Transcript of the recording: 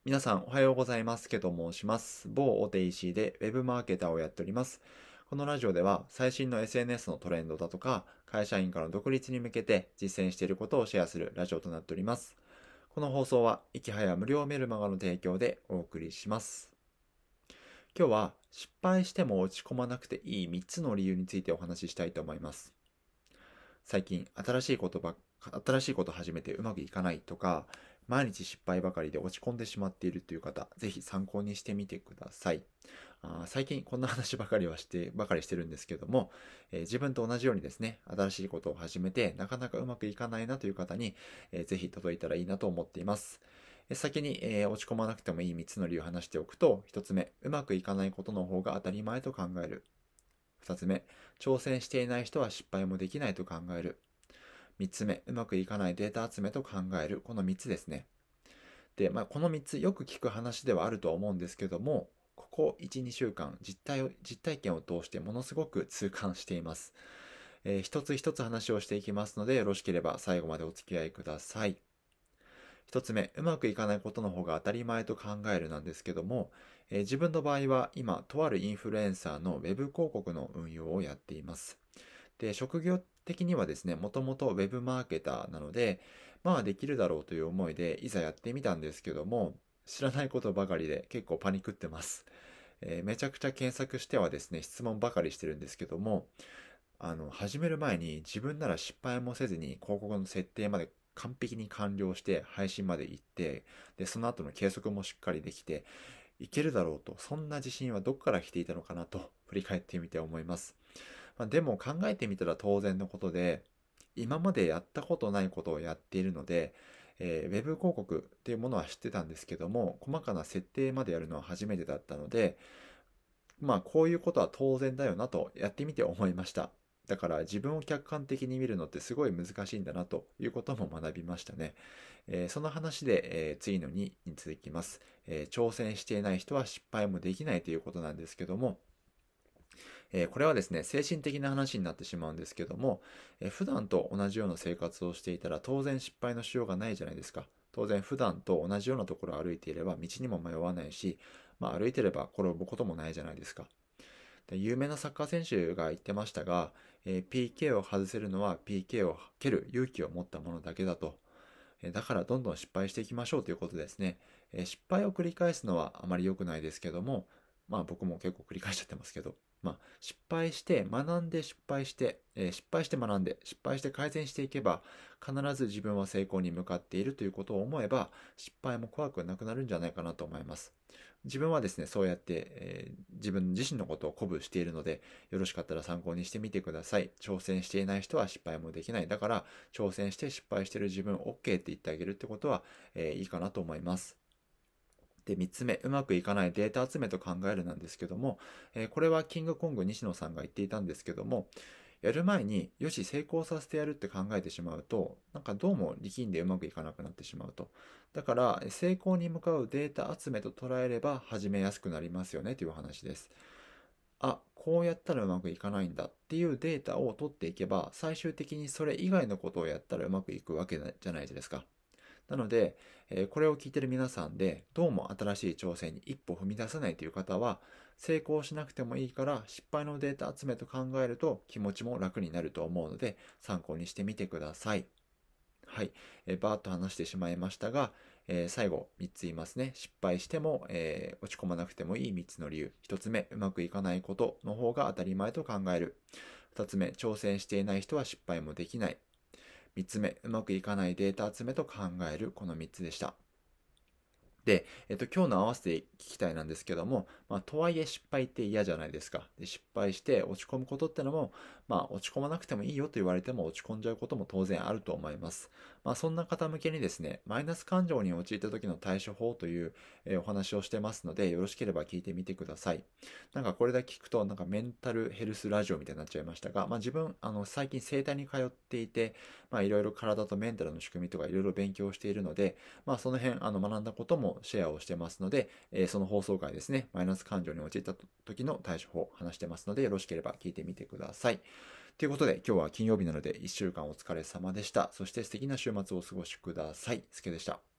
皆さんおはようございます。ケと申します。某大手 EC でウェブマーケターをやっております。このラジオでは最新の SNS のトレンドだとか、会社員からの独立に向けて実践していることをシェアするラジオとなっております。この放送は、いきはや無料メルマガの提供でお送りします。今日は失敗しても落ち込まなくていい3つの理由についてお話ししたいと思います。最近新しいことを始めてうまくいかないとか、毎日失敗ばかりで落ち込んでしまっているという方、ぜひ参考にしてみてください。最近こんな話ばかりしてるんですけども、自分と同じようにですね、新しいことを始めてなかなかうまくいかないなという方に、ぜひ届いたらいいなと思っています。先に、落ち込まなくてもいい3つの理由を話しておくと、1つ目、うまくいかないことの方が当たり前と考える。2つ目、挑戦していない人は失敗もできないと考える。3つ目、うまくいかないデータ集めと考える。この3つですね。で、この3つよく聞く話ではあるとは思うんですけども、ここ1、2週間、実体験を通してものすごく痛感しています。一つ一つ話をしていきますので、よろしければ最後までお付き合いください。一つ目、うまくいかないことの方が当たり前と考えるなんですけども、自分の場合は今、とあるインフルエンサーのウェブ広告の運用をやっています。で、職業的にはですね、もともとウェブマーケターなので、できるだろうという思いで、いざやってみたんですけども、知らないことばかりで結構パニクってます。めちゃくちゃ検索してはですね、質問ばかりしてるんですけども、始める前に自分なら失敗もせずに広告の設定まで完璧に完了して配信まで行って、で、その後の計測もしっかりできて、いけるだろうと、そんな自信はどこから来ていたのかなと振り返ってみて思います。でも考えてみたら当然のことで、今までやったことないことをやっているので、ウェブ広告っていうものは知ってたんですけども、細かな設定までやるのは初めてだったので、こういうことは当然だよなとやってみて思いました。だから自分を客観的に見るのってすごい難しいんだなということも学びましたね。その話で、次の2に続きます、挑戦していない人は失敗もできないということなんですけども、これはですね、精神的な話になってしまうんですけども、普段と同じような生活をしていたら当然失敗のしようがないじゃないですか。当然普段と同じようなところを歩いていれば道にも迷わないし、歩いてれば転ぶこともないじゃないですか。で、有名なサッカー選手が言ってましたが、PK を外せるのは PK を蹴る勇気を持ったものだけだと。だからどんどん失敗していきましょうということですね。失敗を繰り返すのはあまり良くないですけども、僕も結構繰り返しちゃってますけど、失敗して学んで失敗して、失敗して学んで失敗して改善していけば、必ず自分は成功に向かっているということを思えば、失敗も怖くなくなるんじゃないかなと思います。自分はですね、そうやって、自分自身のことを鼓舞しているので、よろしかったら参考にしてみてください。挑戦していない人は失敗もできない。だから、挑戦して失敗している自分 OK って言ってあげるってことは、いいかなと思います。で、3つ目、うまくいかないデータ集めと考えるなんですけども、これはキングコング西野さんが言っていたんですけども、やる前によし成功させてやるって考えてしまうと、なんかどうも力んでうまくいかなくなってしまうと。だから成功に向かうデータ集めと捉えれば始めやすくなりますよねという話です。こうやったらうまくいかないんだっていうデータを取っていけば、最終的にそれ以外のことをやったらうまくいくわけじゃないですか。なので、これを聞いてる皆さんで、どうも新しい挑戦に一歩踏み出せないという方は、成功しなくてもいいから失敗のデータ集めと考えると気持ちも楽になると思うので、参考にしてみてください。はい。バーッと話してしまいましたが、最後3つ言いますね。失敗しても、落ち込まなくてもいい3つの理由。1つ目、うまくいかないことの方が当たり前と考える。2つ目、挑戦していない人は失敗もできない。3つ目、うまくいかないデータ集めと考える。この3つでした。で、今日の合わせて聞きたいなんですけども、とはいえ失敗って嫌じゃないですか。で、失敗して落ち込むことってのも、落ち込まなくてもいいよと言われても落ち込んじゃうことも当然あると思います。そんな方向けにですね、マイナス感情に陥った時の対処法という、お話をしてますので、よろしければ聞いてみてください。なんかこれだけ聞くと、なんかメンタルヘルスラジオみたいになっちゃいましたが、自分、最近整体に通っていて、いろいろ体とメンタルの仕組みとかいろいろ勉強しているので、その辺、学んだこともシェアをしてますので、その放送回ですね、マイナス感情に陥った時の対処法を話してますので、よろしければ聞いてみてください。ということで、今日は金曜日なので1週間お疲れ様でした。そして素敵な週末をお過ごしください。すけでした。